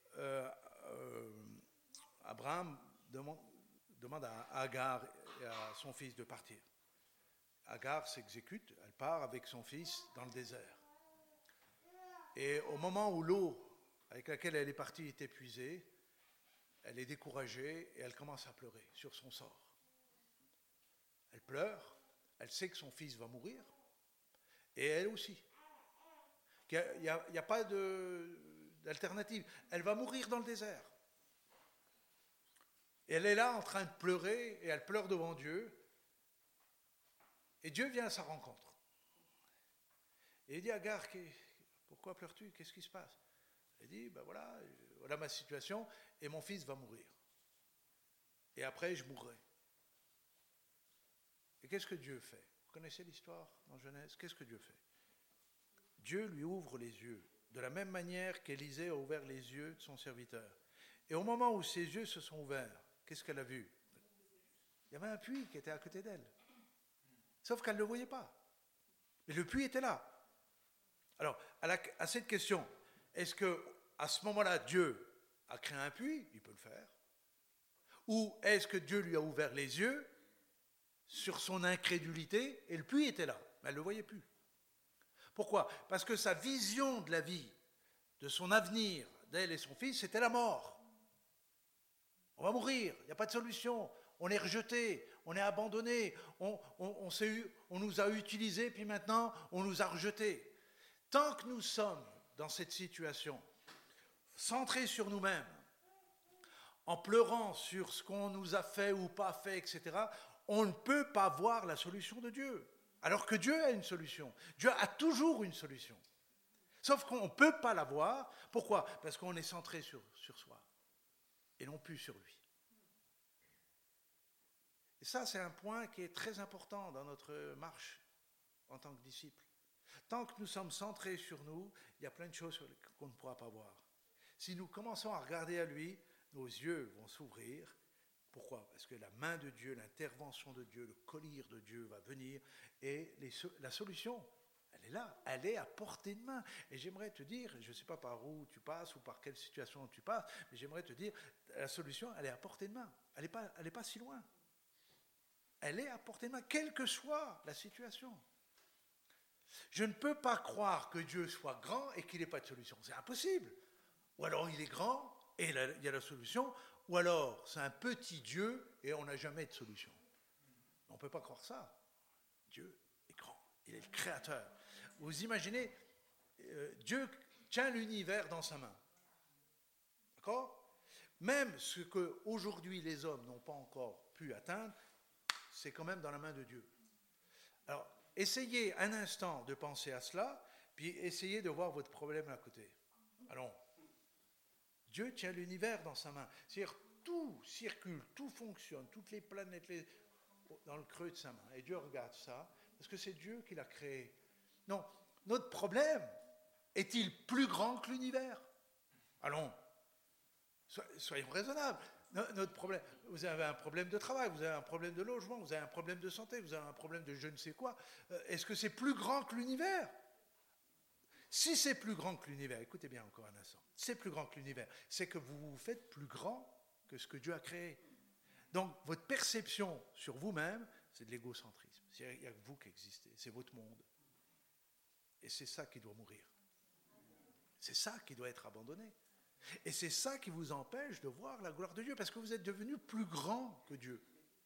Abraham demande à Agar et à son fils de partir. Agar s'exécute, elle part avec son fils dans le désert. Et au moment où l'eau avec laquelle elle est partie est épuisée, elle est découragée et elle commence à pleurer sur son sort. Elle pleure, elle sait que son fils va mourir, et elle aussi. Il n'y a pas d'alternative. Elle va mourir dans le désert. Et elle est là en train de pleurer, et elle pleure devant Dieu. Et Dieu vient à sa rencontre. Et il dit, Agar, pourquoi pleures-tu? Qu'est-ce qui se passe? Elle dit, voilà ma situation, et mon fils va mourir. et après je mourrai. Et qu'est-ce que Dieu fait? Vous connaissez l'histoire dans Genèse? Qu'est-ce que Dieu fait? Dieu lui ouvre les yeux, de la même manière qu'Élisée a ouvert les yeux de son serviteur. Et au moment où ses yeux se sont ouverts, qu'est-ce qu'elle a vu? Il y avait un puits qui était à côté d'elle. Sauf qu'elle ne le voyait pas. Mais le puits était là. Alors, à cette question, est-ce qu'à ce moment-là, Dieu a créé un puits? Il peut le faire. Ou est-ce que Dieu lui a ouvert les yeux sur son incrédulité et le puits était là, mais elle ne le voyait plus. Pourquoi? Parce que sa vision de la vie, de son avenir, d'elle et son fils, c'était la mort. On va mourir, il n'y a pas de solution, on est rejeté, on est abandonné, on nous a utilisés, puis maintenant on nous a rejetés. Tant que nous sommes dans cette situation, centrés sur nous-mêmes, en pleurant sur ce qu'on nous a fait ou pas fait, etc., on ne peut pas voir la solution de Dieu. Alors que Dieu a une solution. Dieu a toujours une solution. Sauf qu'on ne peut pas la voir. Pourquoi? Parce qu'on est centré sur soi et non plus sur lui. Et ça, c'est un point qui est très important dans notre marche en tant que disciple. Tant que nous sommes centrés sur nous, il y a plein de choses qu'on ne pourra pas voir. Si nous commençons à regarder à lui, nos yeux vont s'ouvrir. Pourquoi? Parce que la main de Dieu, l'intervention de Dieu, le collier de Dieu va venir et la solution, elle est là, elle est à portée de main. Et j'aimerais te dire, je ne sais pas par où tu passes ou par quelle situation tu passes, mais j'aimerais te dire, la solution, elle est à portée de main. Elle n'est pas si loin. Elle est à portée de main, quelle que soit la situation. Je ne peux pas croire que Dieu soit grand et qu'il n'ait pas de solution. C'est impossible. Ou alors il est grand et il y a la solution, ou alors c'est un petit Dieu et on n'a jamais de solution. On ne peut pas croire ça. Dieu est grand, il est le créateur. Vous imaginez, Dieu tient l'univers dans sa main. D'accord? Même ce qu'aujourd'hui les hommes n'ont pas encore pu atteindre, c'est quand même dans la main de Dieu. Alors, essayez un instant de penser à cela, puis essayez de voir votre problème à côté. Allons. Dieu tient l'univers dans sa main. C'est-à-dire, tout circule, tout fonctionne, toutes les planètes dans le creux de sa main. Et Dieu regarde ça, parce que c'est Dieu qui l'a créé. Non, notre problème est-il plus grand que l'univers? Allons, soyons raisonnables. Notre problème, vous avez un problème de travail, vous avez un problème de logement, vous avez un problème de santé, vous avez un problème de je ne sais quoi. Est-ce que c'est plus grand que l'univers? Si c'est plus grand que l'univers, écoutez bien encore un instant, c'est plus grand que l'univers, c'est que vous vous faites plus grand que ce que Dieu a créé. Donc, votre perception sur vous-même, c'est de l'égocentrisme. Il n'y a que vous qui existez, c'est votre monde. Et c'est ça qui doit mourir. C'est ça qui doit être abandonné. Et c'est ça qui vous empêche de voir la gloire de Dieu, parce que vous êtes devenu plus grand que Dieu.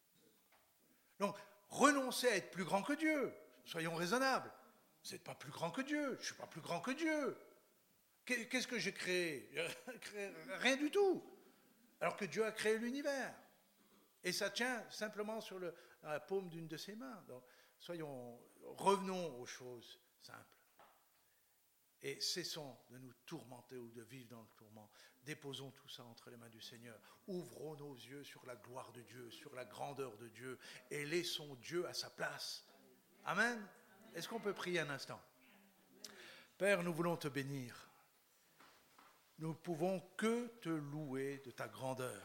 Donc, renoncez à être plus grand que Dieu. Soyons raisonnables. Vous n'êtes pas plus grand que Dieu. Je ne suis pas plus grand que Dieu. Qu'est-ce que j'ai créé? Rien du tout. Alors que Dieu a créé l'univers. Et ça tient simplement sur la paume d'une de ses mains. Donc, revenons aux choses simples. Et cessons de nous tourmenter ou de vivre dans le tourment. Déposons tout ça entre les mains du Seigneur. Ouvrons nos yeux sur la gloire de Dieu, sur la grandeur de Dieu, et laissons Dieu à sa place. Amen. Est-ce qu'on peut prier un instant? Père, nous voulons te bénir. Nous ne pouvons que te louer de ta grandeur.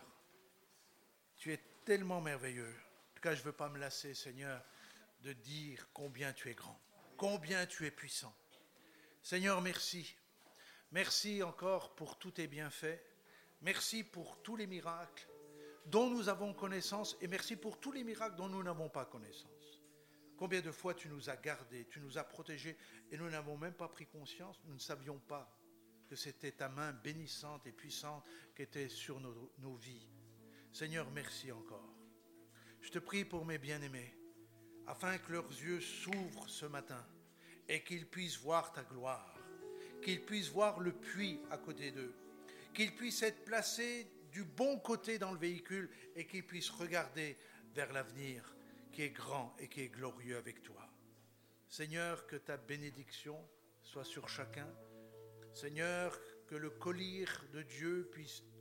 Tu es tellement merveilleux. En tout cas, je ne veux pas me lasser, Seigneur, de dire combien tu es grand, combien tu es puissant. Seigneur, merci. Merci encore pour tous tes bienfaits. Merci pour tous les miracles dont nous avons connaissance et merci pour tous les miracles dont nous n'avons pas connaissance. Combien de fois tu nous as gardés, tu nous as protégés et nous n'avons même pas pris conscience, nous ne savions pas que c'était ta main bénissante et puissante qui était sur nos vies. Seigneur, merci encore. Je te prie pour mes bien-aimés, afin que leurs yeux s'ouvrent ce matin et qu'ils puissent voir ta gloire, qu'ils puissent voir le puits à côté d'eux, qu'ils puissent être placés du bon côté dans le véhicule et qu'ils puissent regarder vers l'avenir qui est grand et qui est glorieux avec toi. Seigneur, que ta bénédiction soit sur chacun. Seigneur, que le collier de Dieu puisse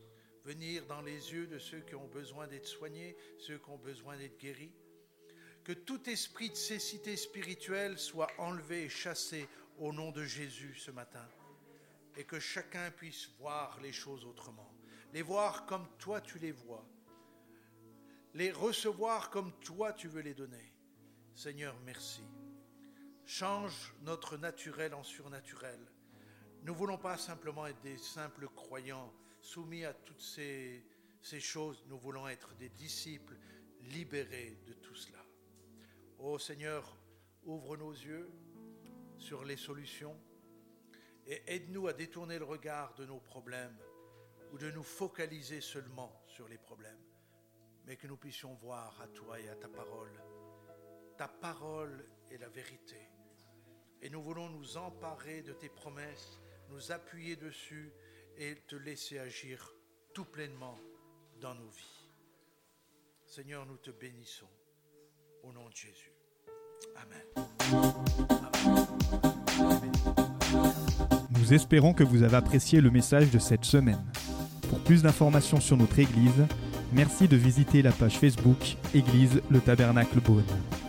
venir dans les yeux de ceux qui ont besoin d'être soignés, ceux qui ont besoin d'être guéris. Que tout esprit de cécité spirituelle soit enlevé et chassé au nom de Jésus ce matin. Et que chacun puisse voir les choses autrement. Les voir comme toi tu les vois. Les recevoir comme toi tu veux les donner. Seigneur, merci. Change notre naturel en surnaturel. Nous ne voulons pas simplement être des simples croyants soumis à toutes ces choses. Nous voulons être des disciples libérés de tout cela. Ô Seigneur, ouvre nos yeux sur les solutions et aide-nous à détourner le regard de nos problèmes ou de nous focaliser seulement sur les problèmes, mais que nous puissions voir à toi et à ta parole. Ta parole est la vérité. Et nous voulons nous emparer de tes promesses, nous appuyer dessus et te laisser agir tout pleinement dans nos vies. Seigneur, nous te bénissons au nom de Jésus. Amen. Amen. Nous espérons que vous avez apprécié le message de cette semaine. Pour plus d'informations sur notre Église, merci de visiter la page Facebook Église le Tabernacle Beaune.